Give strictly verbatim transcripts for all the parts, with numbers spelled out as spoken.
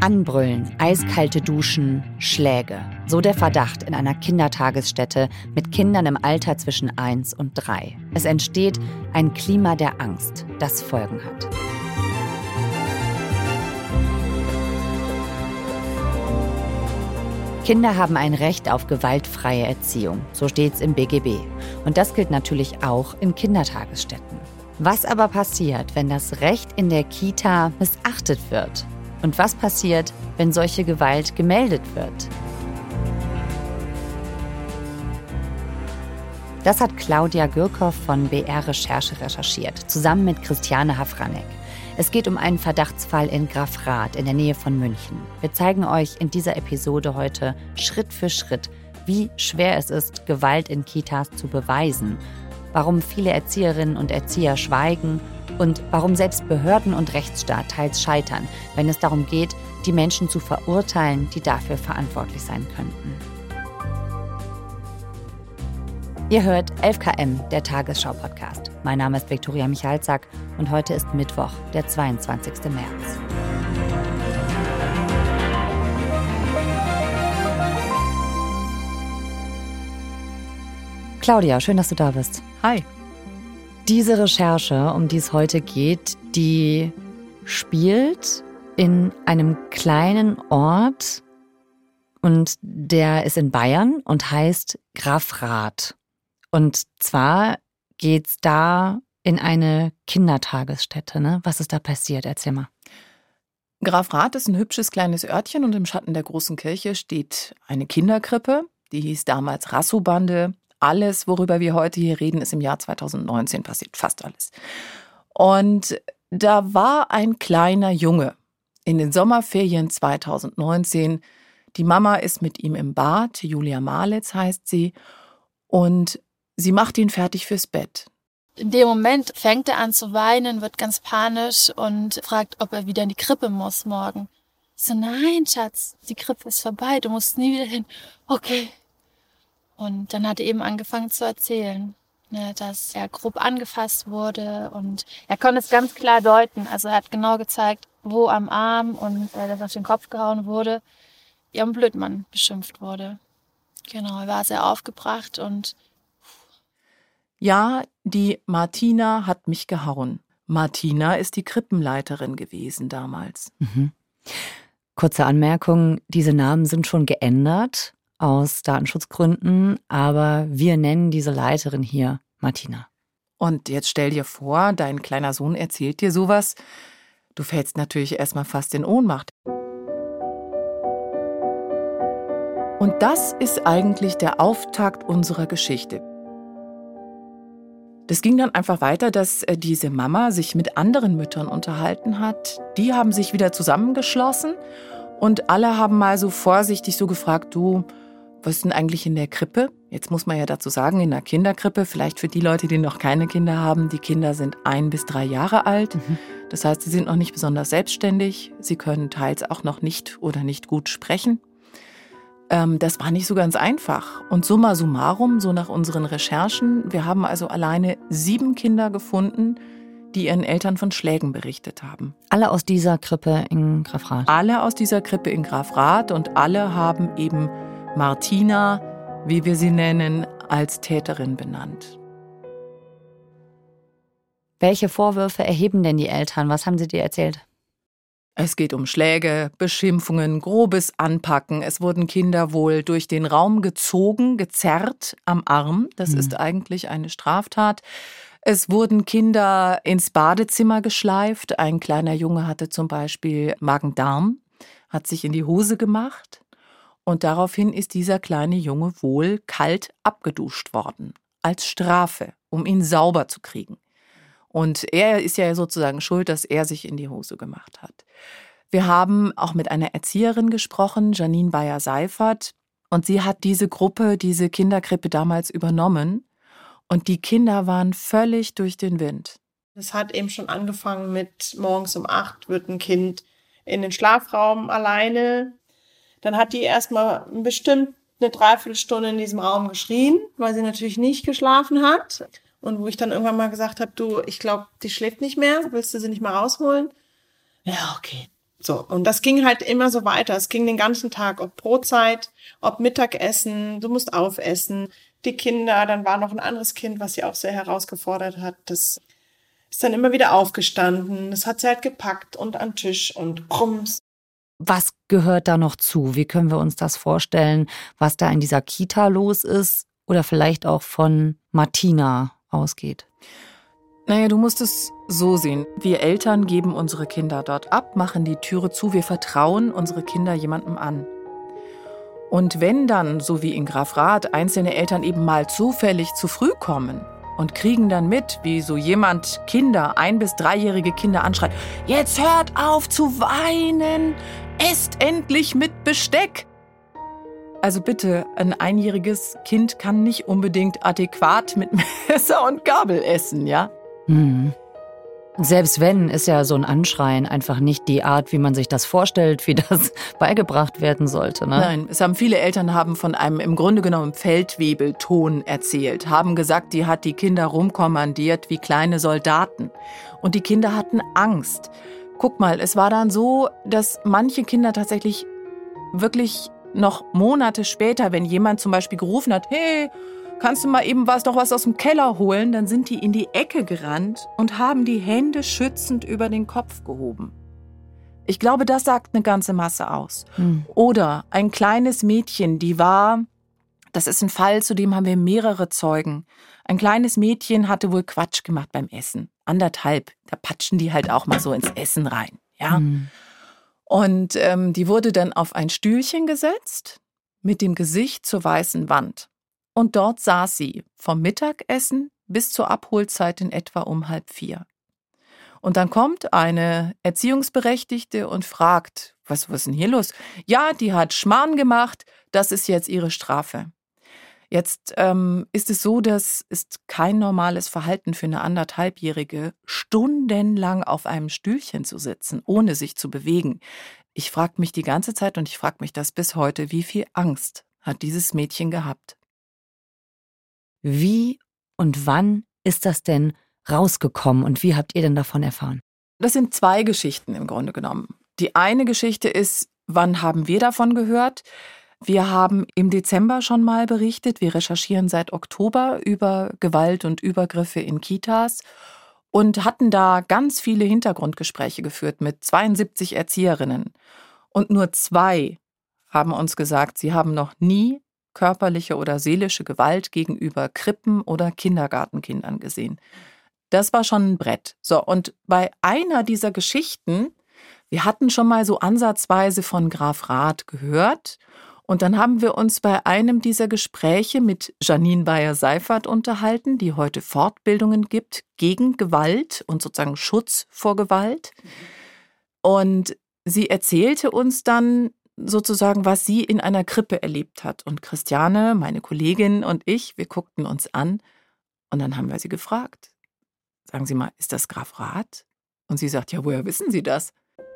Anbrüllen, eiskalte Duschen, Schläge. So der Verdacht in einer Kindertagesstätte mit Kindern im Alter zwischen eins und drei. Es entsteht ein Klima der Angst, das Folgen hat. Kinder haben ein Recht auf gewaltfreie Erziehung, so steht's im B G B. Und das gilt natürlich auch in Kindertagesstätten. Was aber passiert, wenn das Recht in der Kita missachtet wird? Und was passiert, wenn solche Gewalt gemeldet wird? Das hat Claudia Gürkow von B R Recherche recherchiert, zusammen mit Christiane Hafranek. Es geht um einen Verdachtsfall in Grafrath in der Nähe von München. Wir zeigen euch in dieser Episode heute Schritt für Schritt, wie schwer es ist, Gewalt in Kitas zu beweisen, warum viele Erzieherinnen und Erzieher schweigen und warum selbst Behörden und Rechtsstaat teils scheitern, wenn es darum geht, die Menschen zu verurteilen, die dafür verantwortlich sein könnten. Ihr hört elf K M, der Tagesschau-Podcast. Mein Name ist Viktoria Michalzack und heute ist Mittwoch, der zweiundzwanzigster März. Claudia, schön, dass du da bist. Hi. Diese Recherche, um die es heute geht, die spielt in einem kleinen Ort und der ist in Bayern und heißt Grafrath. Und zwar geht's da in eine Kindertagesstätte, ne? Was ist da passiert? Erzähl mal. Grafrath ist ein hübsches kleines Örtchen und im Schatten der großen Kirche steht eine Kinderkrippe. Die hieß damals Rassobande. Alles, worüber wir heute hier reden, ist im Jahr zweitausendneunzehn passiert, fast alles. Und da war ein kleiner Junge in den Sommerferien zweitausendneunzehn. Die Mama ist mit ihm im Bad, Julia Malitz heißt sie, und sie macht ihn fertig fürs Bett. In dem Moment fängt er an zu weinen, wird ganz panisch und fragt, ob er wieder in die Krippe muss morgen. Ich so, nein, Schatz, die Krippe ist vorbei, du musst nie wieder hin. Okay. Und dann hat er eben angefangen zu erzählen, ne, dass er grob angefasst wurde und er konnte es ganz klar deuten. Also er hat genau gezeigt, wo am Arm und äh, dass auf den Kopf gehauen wurde, wie am Blödmann beschimpft wurde. Genau, er war sehr aufgebracht und ja, die Martina hat mich gehauen. Martina ist die Krippenleiterin gewesen damals. Mhm. Kurze Anmerkung, diese Namen sind schon geändert aus Datenschutzgründen, aber wir nennen diese Leiterin hier Martina. Und jetzt stell dir vor, dein kleiner Sohn erzählt dir sowas. Du fällst natürlich erstmal fast in Ohnmacht. Und das ist eigentlich der Auftakt unserer Geschichte. Das ging dann einfach weiter, dass diese Mama sich mit anderen Müttern unterhalten hat. Die haben sich wieder zusammengeschlossen und alle haben mal so vorsichtig so gefragt, du, was ist denn eigentlich in der Krippe? Jetzt muss man ja dazu sagen, in der Kinderkrippe, vielleicht für die Leute, die noch keine Kinder haben, die Kinder sind ein bis drei Jahre alt. Mhm. Das heißt, sie sind noch nicht besonders selbstständig. Sie können teils auch noch nicht oder nicht gut sprechen. Ähm, das war nicht so ganz einfach. Und summa summarum, so nach unseren Recherchen, wir haben also alleine sieben Kinder gefunden, die ihren Eltern von Schlägen berichtet haben. Alle aus dieser Krippe in Grafrath? Alle aus dieser Krippe in Grafrath und alle haben eben Martina, wie wir sie nennen, als Täterin benannt. Welche Vorwürfe erheben denn die Eltern? Was haben sie dir erzählt? Es geht um Schläge, Beschimpfungen, grobes Anpacken. Es wurden Kinder wohl durch den Raum gezogen, gezerrt am Arm. Das mhm. ist eigentlich eine Straftat. Es wurden Kinder ins Badezimmer geschleift. Ein kleiner Junge hatte zum Beispiel Magen-Darm, hat sich in die Hose gemacht. Und daraufhin ist dieser kleine Junge wohl kalt abgeduscht worden. Als Strafe, um ihn sauber zu kriegen. Und er ist ja sozusagen schuld, dass er sich in die Hose gemacht hat. Wir haben auch mit einer Erzieherin gesprochen, Janine Bayer-Seifert. Und sie hat diese Gruppe, diese Kinderkrippe damals übernommen. Und die Kinder waren völlig durch den Wind. Es hat eben schon angefangen mit morgens um acht wird ein Kind in den Schlafraum alleine. Dann hat die erstmal bestimmt eine Dreiviertelstunde in diesem Raum geschrien, weil sie natürlich nicht geschlafen hat. Und wo ich dann irgendwann mal gesagt habe, du, ich glaube, die schläft nicht mehr, willst du sie nicht mal rausholen? Ja, okay. So, und das ging halt immer so weiter. Es ging den ganzen Tag, ob Brotzeit, ob Mittagessen, du musst aufessen. Die Kinder, dann war noch ein anderes Kind, was sie auch sehr herausgefordert hat. Das ist dann immer wieder aufgestanden. Das hat sie halt gepackt und an den Tisch und krumms. Was gehört da noch zu? Wie können wir uns das vorstellen, was da in dieser Kita los ist oder vielleicht auch von Martina ausgeht? Naja, du musst es so sehen. Wir Eltern geben unsere Kinder dort ab, machen die Türe zu, wir vertrauen unsere Kinder jemandem an. Und wenn dann, so wie in Grafrath, einzelne Eltern eben mal zufällig zu früh kommen und kriegen dann mit, wie so jemand Kinder, ein- bis dreijährige Kinder anschreit, jetzt hört auf zu weinen, esst endlich mit Besteck. Also bitte, ein einjähriges Kind kann nicht unbedingt adäquat mit Messer und Gabel essen, ja? Hm. Selbst wenn, ist ja so ein Anschreien einfach nicht die Art, wie man sich das vorstellt, wie das beigebracht werden sollte, ne? Nein, es haben viele Eltern haben von einem im Grunde genommen Feldwebelton erzählt, haben gesagt, die hat die Kinder rumkommandiert wie kleine Soldaten. Und die Kinder hatten Angst. Guck mal, es war dann so, dass manche Kinder tatsächlich wirklich noch Monate später, wenn jemand zum Beispiel gerufen hat, hey, kannst du mal eben was, noch was aus dem Keller holen? Dann sind die in die Ecke gerannt und haben die Hände schützend über den Kopf gehoben. Ich glaube, das sagt eine ganze Masse aus. Hm. Oder ein kleines Mädchen, die war, das ist ein Fall, zu dem haben wir mehrere Zeugen. Ein kleines Mädchen hatte wohl Quatsch gemacht beim Essen. Anderthalb, da patschen die halt auch mal so ins Essen rein. Ja? Hm. Und ähm, die wurde dann auf ein Stühlchen gesetzt, mit dem Gesicht zur weißen Wand. Und dort saß sie vom Mittagessen bis zur Abholzeit in etwa um halb vier. Und dann kommt eine Erziehungsberechtigte und fragt, was, was ist denn hier los? Ja, die hat Schmarrn gemacht, das ist jetzt ihre Strafe. Jetzt ähm, ist es so, das ist kein normales Verhalten für eine anderthalbjährige, stundenlang auf einem Stühlchen zu sitzen, ohne sich zu bewegen. Ich frage mich die ganze Zeit und ich frage mich das bis heute, wie viel Angst hat dieses Mädchen gehabt? Wie und wann ist das denn rausgekommen und wie habt ihr denn davon erfahren? Das sind zwei Geschichten im Grunde genommen. Die eine Geschichte ist, wann haben wir davon gehört? Wir haben im Dezember schon mal berichtet, wir recherchieren seit Oktober über Gewalt und Übergriffe in Kitas und hatten da ganz viele Hintergrundgespräche geführt mit zweiundsiebzig Erzieherinnen. Und nur zwei haben uns gesagt, sie haben noch nie körperliche oder seelische Gewalt gegenüber Krippen- oder Kindergartenkindern gesehen. Das war schon ein Brett. So, und bei einer dieser Geschichten, wir hatten schon mal so ansatzweise von Grafrath gehört und dann haben wir uns bei einem dieser Gespräche mit Janine Beyer-Seifert unterhalten, die heute Fortbildungen gibt gegen Gewalt und sozusagen Schutz vor Gewalt. Und sie erzählte uns dann sozusagen, was sie in einer Krippe erlebt hat. Und Christiane, meine Kollegin und ich, wir guckten uns an und dann haben wir sie gefragt. Sagen Sie mal, ist das Grafrath? Und sie sagt, ja, woher wissen Sie das?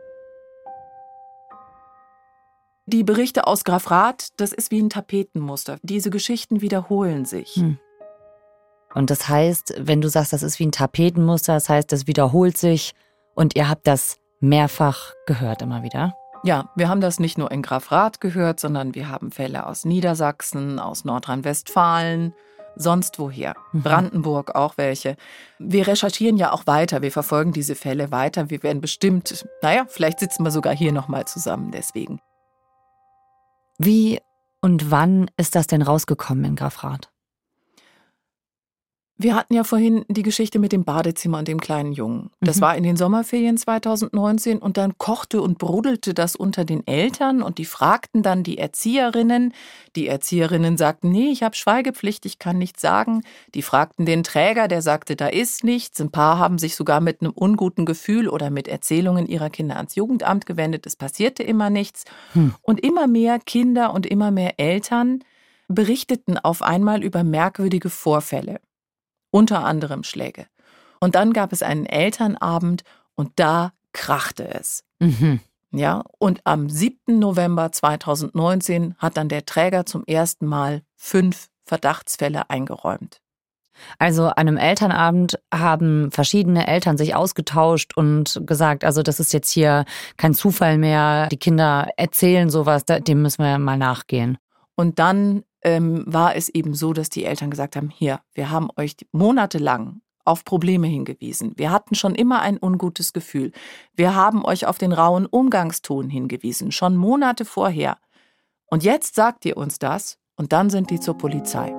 Die Berichte aus Grafrath, das ist wie ein Tapetenmuster. Diese Geschichten wiederholen sich. Hm. Und das heißt, wenn du sagst, das ist wie ein Tapetenmuster, das heißt, das wiederholt sich und ihr habt das mehrfach gehört immer wieder? Ja, wir haben das nicht nur in Grafrath gehört, sondern wir haben Fälle aus Niedersachsen, aus Nordrhein-Westfalen, sonst woher. Mhm. Brandenburg auch welche. Wir recherchieren ja auch weiter, wir verfolgen diese Fälle weiter. Wir werden bestimmt, naja, vielleicht sitzen wir sogar hier nochmal zusammen deswegen. Wie und wann ist das denn rausgekommen in Grafrath? Wir hatten ja vorhin die Geschichte mit dem Badezimmer und dem kleinen Jungen. Das mhm. war in den Sommerferien zweitausendneunzehn und dann kochte und brodelte das unter den Eltern und die fragten dann die Erzieherinnen. Die Erzieherinnen sagten, nee, ich habe Schweigepflicht, ich kann nichts sagen. Die fragten den Träger, der sagte, da ist nichts. Ein paar haben sich sogar mit einem unguten Gefühl oder mit Erzählungen ihrer Kinder ans Jugendamt gewendet. Es passierte immer nichts. Hm. Und immer mehr Kinder und immer mehr Eltern berichteten auf einmal über merkwürdige Vorfälle. Unter anderem Schläge. Und dann gab es einen Elternabend und da krachte es. Mhm. Ja, und am siebten November zweitausendneunzehn hat dann der Träger zum ersten Mal fünf Verdachtsfälle eingeräumt. Also an einem Elternabend haben verschiedene Eltern sich ausgetauscht und gesagt, also das ist jetzt hier kein Zufall mehr, die Kinder erzählen sowas, dem müssen wir mal nachgehen. Und dann ähm, war es eben so, dass die Eltern gesagt haben, hier, wir haben euch monatelang auf Probleme hingewiesen. Wir hatten schon immer ein ungutes Gefühl. Wir haben euch auf den rauen Umgangston hingewiesen, schon Monate vorher. Und jetzt sagt ihr uns das und dann sind die zur Polizei.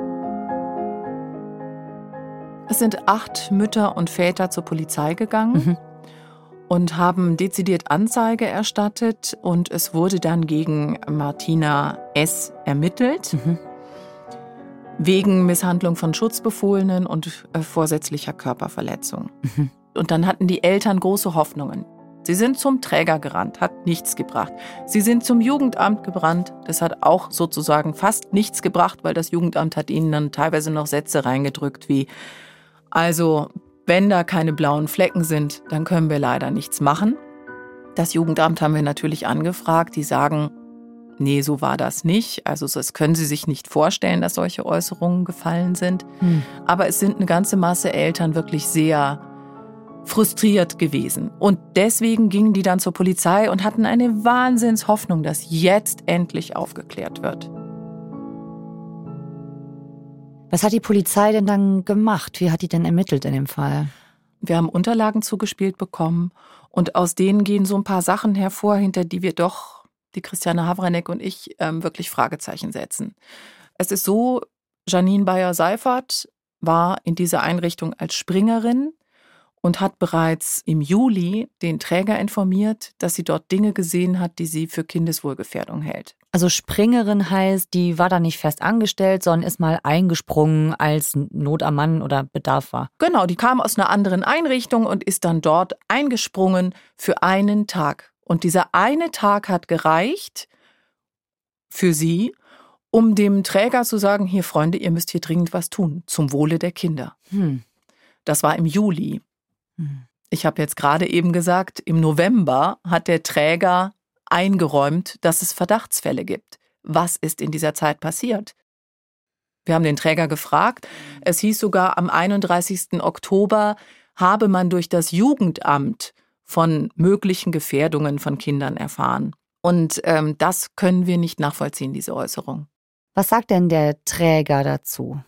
Es sind acht Mütter und Väter zur Polizei gegangen mhm. und haben dezidiert Anzeige erstattet und es wurde dann gegen Martina S. ermittelt, mhm. wegen Misshandlung von Schutzbefohlenen und äh, vorsätzlicher Körperverletzung. Mhm. Und dann hatten die Eltern große Hoffnungen. Sie sind zum Träger gerannt, hat nichts gebracht. Sie sind zum Jugendamt gerannt, das hat auch sozusagen fast nichts gebracht, weil das Jugendamt hat ihnen dann teilweise noch Sätze reingedrückt wie: Also, wenn da keine blauen Flecken sind, dann können wir leider nichts machen. Das Jugendamt haben wir natürlich angefragt. Die sagen, nee, so war das nicht. Also das können sie sich nicht vorstellen, dass solche Äußerungen gefallen sind. Hm. Aber es sind eine ganze Masse Eltern wirklich sehr frustriert gewesen. Und deswegen gingen die dann zur Polizei und hatten eine Wahnsinnshoffnung, dass jetzt endlich aufgeklärt wird. Was hat die Polizei denn dann gemacht? Wie hat die denn ermittelt in dem Fall? Wir haben Unterlagen zugespielt bekommen und aus denen gehen so ein paar Sachen hervor, hinter die wir doch, die Christiane Havranek und ich, ähm, wirklich Fragezeichen setzen. Es ist so, Janine Beyer-Seiffert war in dieser Einrichtung als Springerin und hat bereits im Juli den Träger informiert, dass sie dort Dinge gesehen hat, die sie für Kindeswohlgefährdung hält. Also Springerin heißt, die war da nicht fest angestellt, sondern ist mal eingesprungen, als Not am Mann oder Bedarf war. Genau, die kam aus einer anderen Einrichtung und ist dann dort eingesprungen für einen Tag. Und dieser eine Tag hat gereicht für sie, um dem Träger zu sagen, hier Freunde, ihr müsst hier dringend was tun, zum Wohle der Kinder. Hm. Das war im Juli. Hm. Ich habe jetzt gerade eben gesagt, im November hat der Träger eingeräumt, dass es Verdachtsfälle gibt. Was ist in dieser Zeit passiert? Wir haben den Träger gefragt. Es hieß sogar, am einunddreißigsten Oktober habe man durch das Jugendamt von möglichen Gefährdungen von Kindern erfahren. Und ähm, das können wir nicht nachvollziehen, diese Äußerung. Was sagt denn der Träger dazu?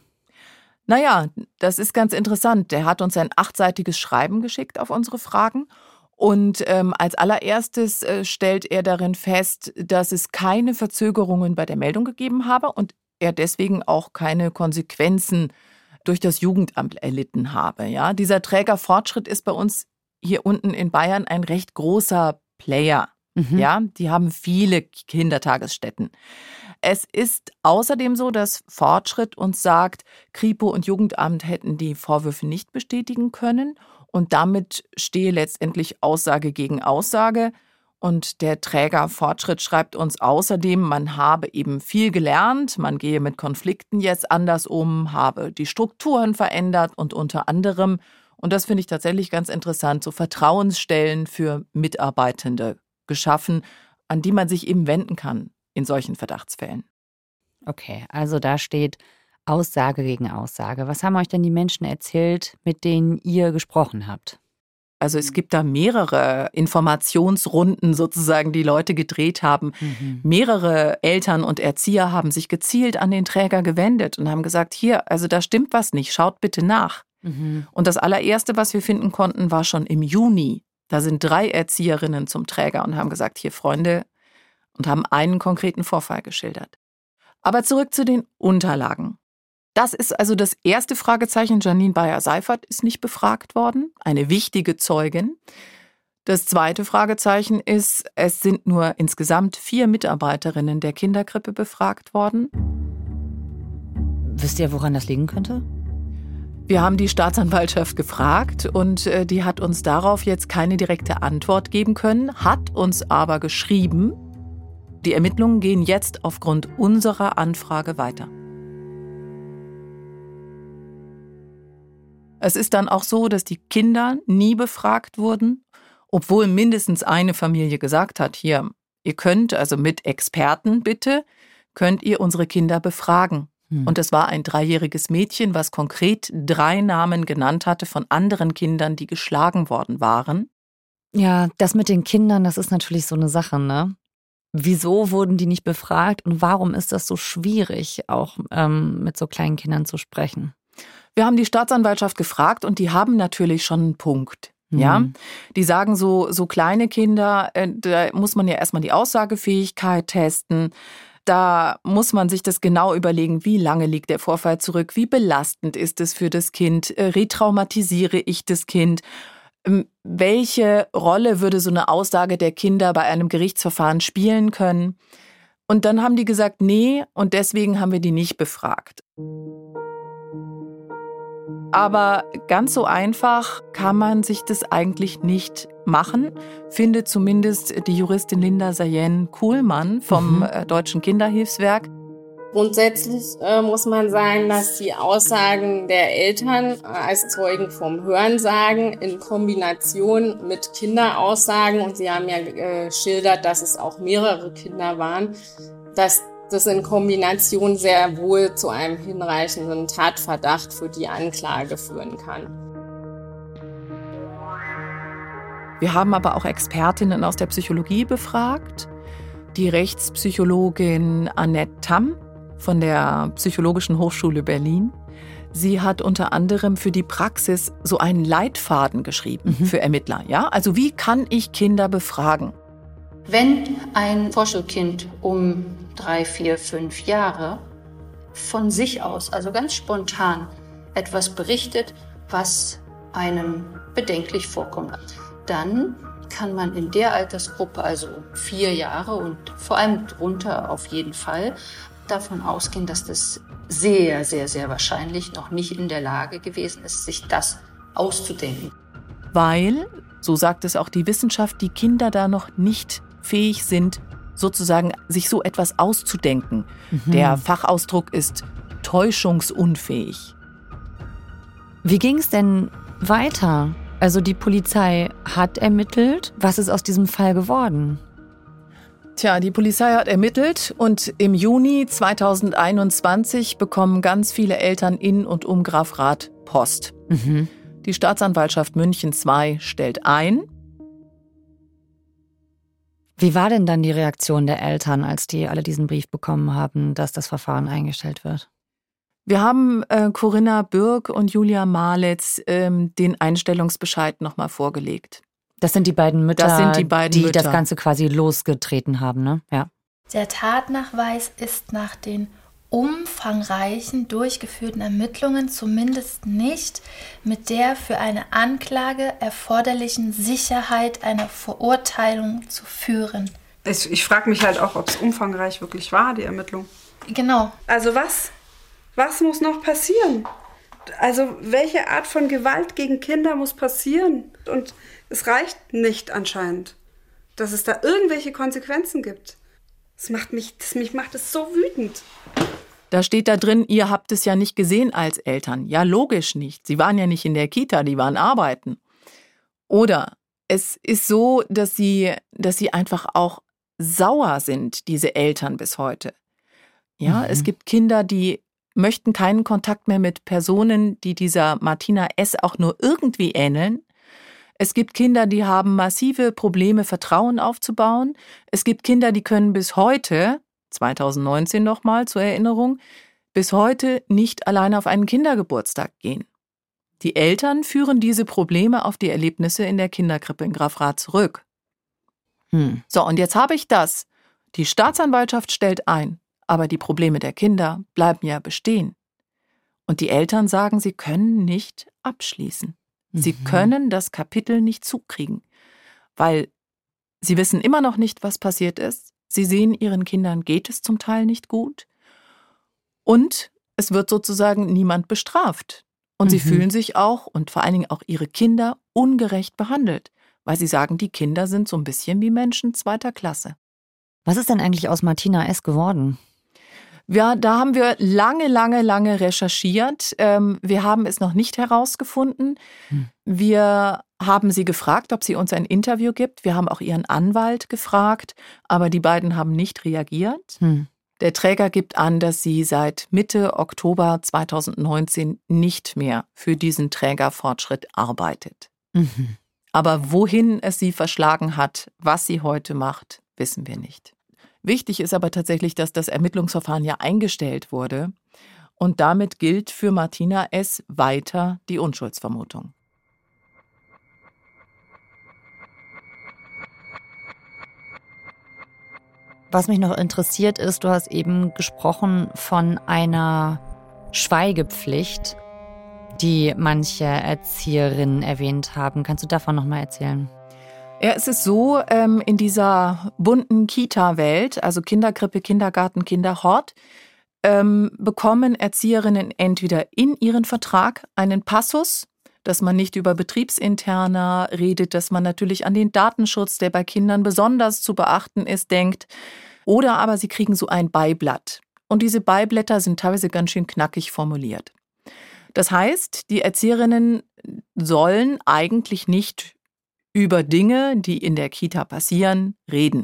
Naja, das ist ganz interessant. Der hat uns ein achtseitiges Schreiben geschickt auf unsere Fragen. Und ähm, als allererstes äh, stellt er darin fest, dass es keine Verzögerungen bei der Meldung gegeben habe und er deswegen auch keine Konsequenzen durch das Jugendamt erlitten habe. Ja, dieser Träger Fortschritt ist bei uns hier unten in Bayern ein recht großer Player. Mhm. Ja, die haben viele Kindertagesstätten. Es ist außerdem so, dass Fortschritt uns sagt, Kripo und Jugendamt hätten die Vorwürfe nicht bestätigen können. Und damit stehe letztendlich Aussage gegen Aussage. Und der Träger Fortschritt schreibt uns außerdem, man habe eben viel gelernt, man gehe mit Konflikten jetzt anders um, habe die Strukturen verändert und unter anderem, und das finde ich tatsächlich ganz interessant, so Vertrauensstellen für Mitarbeitende geschaffen, an die man sich eben wenden kann in solchen Verdachtsfällen. Okay, also da steht Aussage gegen Aussage. Was haben euch denn die Menschen erzählt, mit denen ihr gesprochen habt? Also es gibt da mehrere Informationsrunden sozusagen, die Leute gedreht haben. Mhm. Mehrere Eltern und Erzieher haben sich gezielt an den Träger gewendet und haben gesagt, hier, also da stimmt was nicht, schaut bitte nach. Mhm. Und das allererste, was wir finden konnten, war schon im Juni. Da sind drei Erzieherinnen zum Träger und haben gesagt, hier Freunde, und haben einen konkreten Vorfall geschildert. Aber zurück zu den Unterlagen. Das ist also das erste Fragezeichen. Janine Beyer-Seiffert ist nicht befragt worden, eine wichtige Zeugin. Das zweite Fragezeichen ist, es sind nur insgesamt vier Mitarbeiterinnen der Kinderkrippe befragt worden. Wisst ihr, woran das liegen könnte? Wir haben die Staatsanwaltschaft gefragt und äh, die hat uns darauf jetzt keine direkte Antwort geben können, hat uns aber geschrieben, die Ermittlungen gehen jetzt aufgrund unserer Anfrage weiter. Es ist dann auch so, dass die Kinder nie befragt wurden, obwohl mindestens eine Familie gesagt hat, hier, ihr könnt, also mit Experten bitte, könnt ihr unsere Kinder befragen. Hm. Und es war ein dreijähriges Mädchen, was konkret drei Namen genannt hatte von anderen Kindern, die geschlagen worden waren. Ja, das mit den Kindern, das ist natürlich so eine Sache, ne? Wieso wurden die nicht befragt und warum ist das so schwierig, auch ähm, mit so kleinen Kindern zu sprechen? Wir haben die Staatsanwaltschaft gefragt und die haben natürlich schon einen Punkt. Mhm. Ja, die sagen so, so kleine Kinder, äh, da muss man ja erstmal die Aussagefähigkeit testen. Da muss man sich das genau überlegen, wie lange liegt der Vorfall zurück, wie belastend ist es für das Kind, äh, retraumatisiere ich das Kind. Welche Rolle würde so eine Aussage der Kinder bei einem Gerichtsverfahren spielen können? Und dann haben die gesagt, nee, und deswegen haben wir die nicht befragt. Aber ganz so einfach kann man sich das eigentlich nicht machen, findet zumindest die Juristin Linda Sayen-Kuhlmann vom mhm. Deutschen Kinderhilfswerk. Grundsätzlich äh, muss man sagen, dass die Aussagen der Eltern äh, als Zeugen vom Hörensagen in Kombination mit Kinderaussagen, und Sie haben ja äh, geschildert, dass es auch mehrere Kinder waren, dass das in Kombination sehr wohl zu einem hinreichenden Tatverdacht für die Anklage führen kann. Wir haben aber auch Expertinnen aus der Psychologie befragt. Die Rechtspsychologin Annette Tamm von der Psychologischen Hochschule Berlin. Sie hat unter anderem für die Praxis so einen Leitfaden geschrieben mhm. für Ermittler. Ja? Also wie kann ich Kinder befragen? Wenn ein Vorschulkind um drei, vier, fünf Jahre von sich aus, also ganz spontan, etwas berichtet, was einem bedenklich vorkommt, dann kann man in der Altersgruppe, also vier Jahre und vor allem drunter auf jeden Fall, davon ausgehen, dass das sehr, sehr, sehr wahrscheinlich noch nicht in der Lage gewesen ist, sich das auszudenken. Weil, so sagt es auch die Wissenschaft, die Kinder da noch nicht fähig sind, sozusagen sich so etwas auszudenken. Mhm. Der Fachausdruck ist täuschungsunfähig. Wie ging es denn weiter? Also die Polizei hat ermittelt. Was ist aus diesem Fall geworden? Tja, die Polizei hat ermittelt und im Juni zweitausendeinundzwanzig bekommen ganz viele Eltern in und um Grafrath Post. Mhm. Die Staatsanwaltschaft München zwei stellt ein. Wie war denn dann die Reaktion der Eltern, als die alle diesen Brief bekommen haben, dass das Verfahren eingestellt wird? Wir haben äh, Corinna Bürg und Julia Malitz ähm, den Einstellungsbescheid nochmal vorgelegt. Das sind die beiden Mütter, das sind die, beiden die Mütter. das Ganze quasi losgetreten haben, ne? Ja. Der Tatnachweis ist nach den umfangreichen durchgeführten Ermittlungen zumindest nicht mit der für eine Anklage erforderlichen Sicherheit einer Verurteilung zu führen. Ich, ich frage mich halt auch, ob es umfangreich wirklich war, die Ermittlung. Genau. Also was? Was muss noch passieren? Also welche Art von Gewalt gegen Kinder muss passieren? Und es reicht nicht anscheinend, dass es da irgendwelche Konsequenzen gibt. Das macht mich, das mich macht es so wütend. Da steht da drin, ihr habt es ja nicht gesehen als Eltern. Ja, logisch nicht. Sie waren ja nicht in der Kita, die waren arbeiten. Oder es ist so, dass sie, dass sie einfach auch sauer sind, diese Eltern bis heute. Ja, mhm. Es gibt Kinder, die möchten keinen Kontakt mehr mit Personen, die dieser Martina S. auch nur irgendwie ähneln. Es gibt Kinder, die haben massive Probleme, Vertrauen aufzubauen. Es gibt Kinder, die können bis heute, zweitausendneunzehn nochmal zur Erinnerung, bis heute nicht alleine auf einen Kindergeburtstag gehen. Die Eltern führen diese Probleme auf die Erlebnisse in der Kinderkrippe in Grafrath zurück. Hm. So, und jetzt habe ich das. Die Staatsanwaltschaft stellt ein, aber die Probleme der Kinder bleiben ja bestehen. Und die Eltern sagen, sie können nicht abschließen. Sie mhm. können das Kapitel nicht zukriegen, weil sie wissen immer noch nicht, was passiert ist. Sie sehen, ihren Kindern geht es zum Teil nicht gut. Und es wird sozusagen niemand bestraft. Und mhm. sie fühlen sich auch und vor allen Dingen auch ihre Kinder ungerecht behandelt, weil sie sagen, die Kinder sind so ein bisschen wie Menschen zweiter Klasse. Was ist denn eigentlich aus Martina S. geworden? Ja, da haben wir lange, lange, lange recherchiert. Ähm, wir haben es noch nicht herausgefunden. Hm. Wir haben sie gefragt, ob sie uns ein Interview gibt. Wir haben auch ihren Anwalt gefragt, aber die beiden haben nicht reagiert. Hm. Der Träger gibt an, dass sie seit Mitte Oktober zweitausendneunzehn nicht mehr für diesen Trägerfortschritt arbeitet. Mhm. Aber wohin es sie verschlagen hat, was sie heute macht, wissen wir nicht. Wichtig ist aber tatsächlich, dass das Ermittlungsverfahren ja eingestellt wurde. Und damit gilt für Martina S. weiter die Unschuldsvermutung. Was mich noch interessiert ist, du hast eben gesprochen von einer Schweigepflicht, die manche Erzieherinnen erwähnt haben. Kannst du davon noch mal erzählen? Ja, es ist so, ähm, in dieser bunten Kita-Welt, also Kinderkrippe, Kindergarten, Kinderhort, ähm, bekommen Erzieherinnen entweder in ihren Vertrag einen Passus, dass man nicht über Betriebsinterner redet, dass man natürlich an den Datenschutz, der bei Kindern besonders zu beachten ist, denkt. Oder aber sie kriegen so ein Beiblatt. Und diese Beiblätter sind teilweise ganz schön knackig formuliert. Das heißt, die Erzieherinnen sollen eigentlich nicht über Dinge, die in der Kita passieren, reden.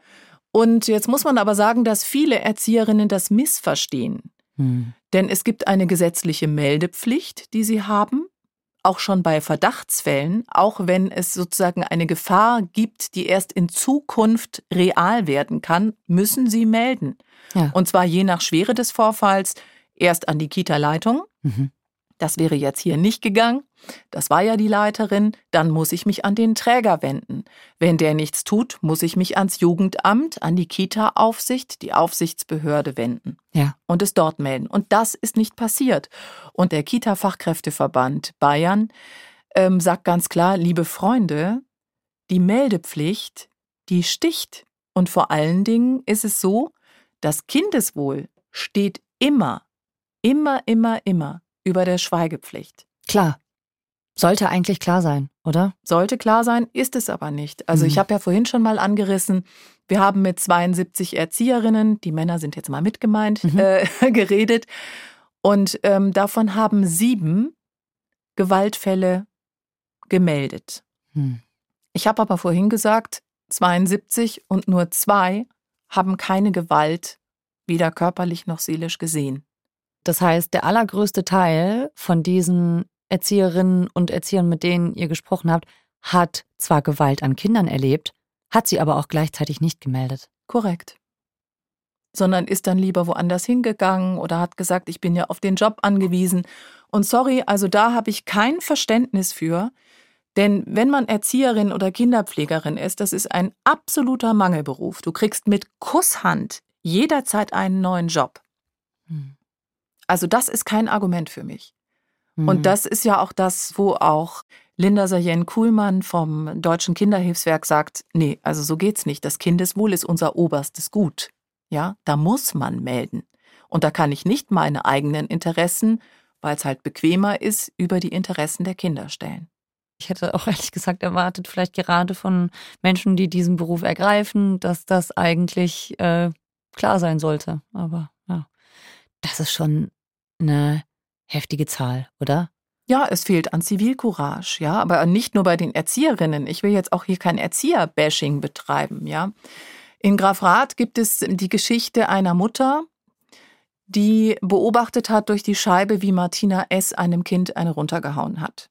Und jetzt muss man aber sagen, dass viele Erzieherinnen das missverstehen. Hm. Denn es gibt eine gesetzliche Meldepflicht, die sie haben. Auch schon bei Verdachtsfällen, auch wenn es sozusagen eine Gefahr gibt, die erst in Zukunft real werden kann, müssen sie melden. Ja. Und zwar je nach Schwere des Vorfalls erst an die Kita-Leitung. Mhm. Das wäre jetzt hier nicht gegangen. Das war ja die Leiterin. Dann muss ich mich an den Träger wenden. Wenn der nichts tut, muss ich mich ans Jugendamt, an die Kita-Aufsicht, die Aufsichtsbehörde wenden. Ja. Und es dort melden. Und das ist nicht passiert. Und der Kita-Fachkräfteverband Bayern ähm, sagt ganz klar, liebe Freunde, die Meldepflicht, die sticht. Und vor allen Dingen ist es so, das Kindeswohl steht immer, immer, immer, immer über der Schweigepflicht. Klar. Sollte eigentlich klar sein, oder? Sollte klar sein, ist es aber nicht. Also Mhm. ich habe ja vorhin schon mal angerissen, wir haben mit zweiundsiebzig Erzieherinnen, die Männer sind jetzt mal mit gemeint, Mhm. äh, geredet. Und ähm, davon haben sieben Gewaltfälle gemeldet. Hm. Ich habe aber vorhin gesagt, zweiundsiebzig und nur zwei haben keine Gewalt, weder körperlich noch seelisch gesehen. Das heißt, der allergrößte Teil von diesen Erzieherinnen und Erziehern, mit denen ihr gesprochen habt, hat zwar Gewalt an Kindern erlebt, hat sie aber auch gleichzeitig nicht gemeldet. Korrekt. Sondern ist dann lieber woanders hingegangen oder hat gesagt, ich bin ja auf den Job angewiesen. Und sorry, also da habe ich kein Verständnis für. Denn wenn man Erzieherin oder Kinderpflegerin ist, das ist ein absoluter Mangelberuf. Du kriegst mit Kusshand jederzeit einen neuen Job. Hm. Also das ist kein Argument für mich. Hm. Und das ist ja auch das, wo auch Linda Sayen-Kuhlmann vom Deutschen Kinderhilfswerk sagt, nee, also so geht's nicht. Das Kindeswohl ist unser oberstes Gut. Ja, da muss man melden. Und da kann ich nicht meine eigenen Interessen, weil es halt bequemer ist, über die Interessen der Kinder stellen. Ich hätte auch ehrlich gesagt erwartet, vielleicht gerade von Menschen, die diesen Beruf ergreifen, dass das eigentlich äh, klar sein sollte. Aber ja, das ist schon eine heftige Zahl, oder? Ja, es fehlt an Zivilcourage, ja, aber nicht nur bei den Erzieherinnen. Ich will jetzt auch hier kein Erzieher-Bashing betreiben, ja. In Grafrath gibt es die Geschichte einer Mutter, die beobachtet hat durch die Scheibe, wie Martina S. einem Kind eine runtergehauen hat.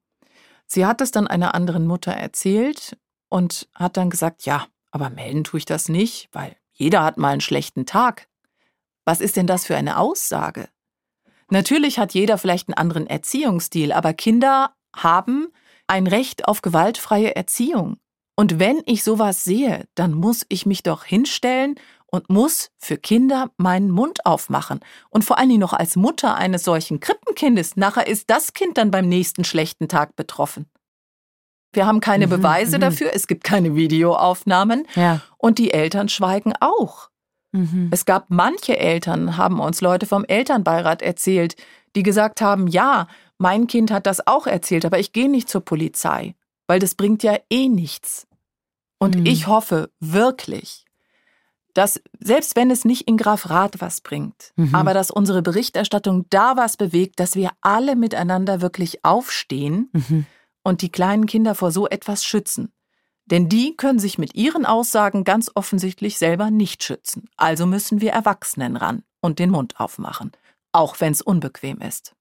Sie hat es dann einer anderen Mutter erzählt und hat dann gesagt, ja, aber melden tue ich das nicht, weil jeder hat mal einen schlechten Tag. Was ist denn das für eine Aussage? Natürlich hat jeder vielleicht einen anderen Erziehungsstil, aber Kinder haben ein Recht auf gewaltfreie Erziehung. Und wenn ich sowas sehe, dann muss ich mich doch hinstellen und muss für Kinder meinen Mund aufmachen. Und vor allen Dingen noch als Mutter eines solchen Krippenkindes. Nachher ist das Kind dann beim nächsten schlechten Tag betroffen. Wir haben keine Mhm, Beweise mhm. dafür, es gibt keine Videoaufnahmen Ja. und die Eltern schweigen auch. Mhm. Es gab manche Eltern, haben uns Leute vom Elternbeirat erzählt, die gesagt haben, ja, mein Kind hat das auch erzählt, aber ich gehe nicht zur Polizei, weil das bringt ja eh nichts. Und Mhm. ich hoffe wirklich, dass, selbst wenn es nicht in Grafrath was bringt, Mhm. aber dass unsere Berichterstattung da was bewegt, dass wir alle miteinander wirklich aufstehen Mhm. und die kleinen Kinder vor so etwas schützen. Denn die können sich mit ihren Aussagen ganz offensichtlich selber nicht schützen. Also müssen wir Erwachsenen ran und den Mund aufmachen, auch wenn es unbequem ist.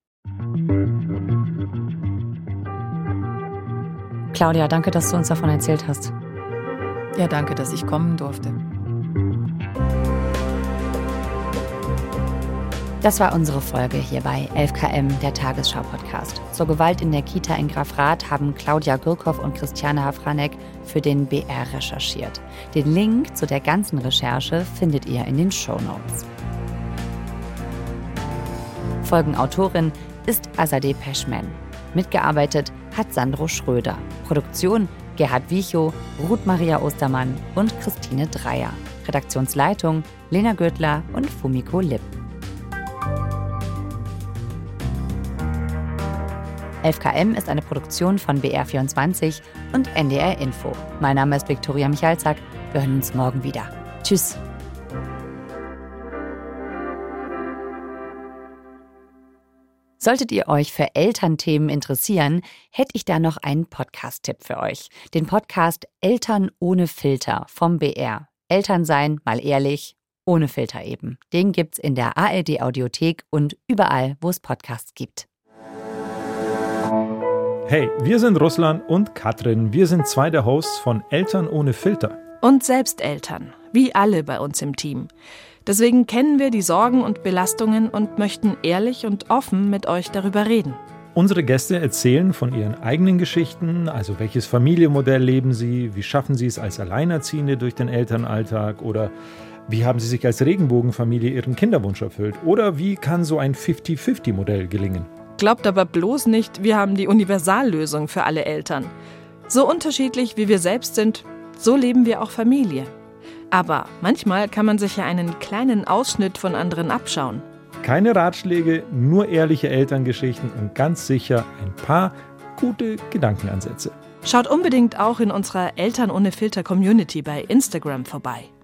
Claudia, danke, dass du uns davon erzählt hast. Ja, danke, dass ich kommen durfte. Das war unsere Folge hier bei elf Kilometer, der Tagesschau-Podcast. Zur Gewalt in der Kita in Grafrath haben Claudia Gürkhoff und Christiane Hafranek für den B R recherchiert. Den Link zu der ganzen Recherche findet ihr in den Shownotes. Folgenautorin ist Azadeh Peschman. Mitgearbeitet hat Sandro Schröder. Produktion Gerhard Wiechow, Ruth Maria Ostermann und Christine Dreier. Redaktionsleitung Lena Göttler und Fumiko Lipp. elf Kilometer ist eine Produktion von B R vierundzwanzig und N D R Info. Mein Name ist Viktoria Michalzack. Wir hören uns morgen wieder. Tschüss. Solltet ihr euch für Elternthemen interessieren, hätte ich da noch einen Podcast-Tipp für euch. Den Podcast Eltern ohne Filter vom B R. Eltern sein, mal ehrlich, ohne Filter eben. Den gibt's in der A R D-Audiothek und überall, wo es Podcasts gibt. Hey, wir sind Ruslan und Katrin. Wir sind zwei der Hosts von Eltern ohne Filter. Und selbst Eltern, wie alle bei uns im Team. Deswegen kennen wir die Sorgen und Belastungen und möchten ehrlich und offen mit euch darüber reden. Unsere Gäste erzählen von ihren eigenen Geschichten, also welches Familienmodell leben sie, wie schaffen sie es als Alleinerziehende durch den Elternalltag oder wie haben sie sich als Regenbogenfamilie ihren Kinderwunsch erfüllt oder wie kann so ein fünfzig fünfzig Modell gelingen. Glaubt aber bloß nicht, wir haben die Universallösung für alle Eltern. So unterschiedlich wie wir selbst sind, so leben wir auch Familie. Aber manchmal kann man sich ja einen kleinen Ausschnitt von anderen abschauen. Keine Ratschläge, nur ehrliche Elterngeschichten und ganz sicher ein paar gute Gedankenansätze. Schaut unbedingt auch in unserer Eltern ohne Filter Community bei Instagram vorbei.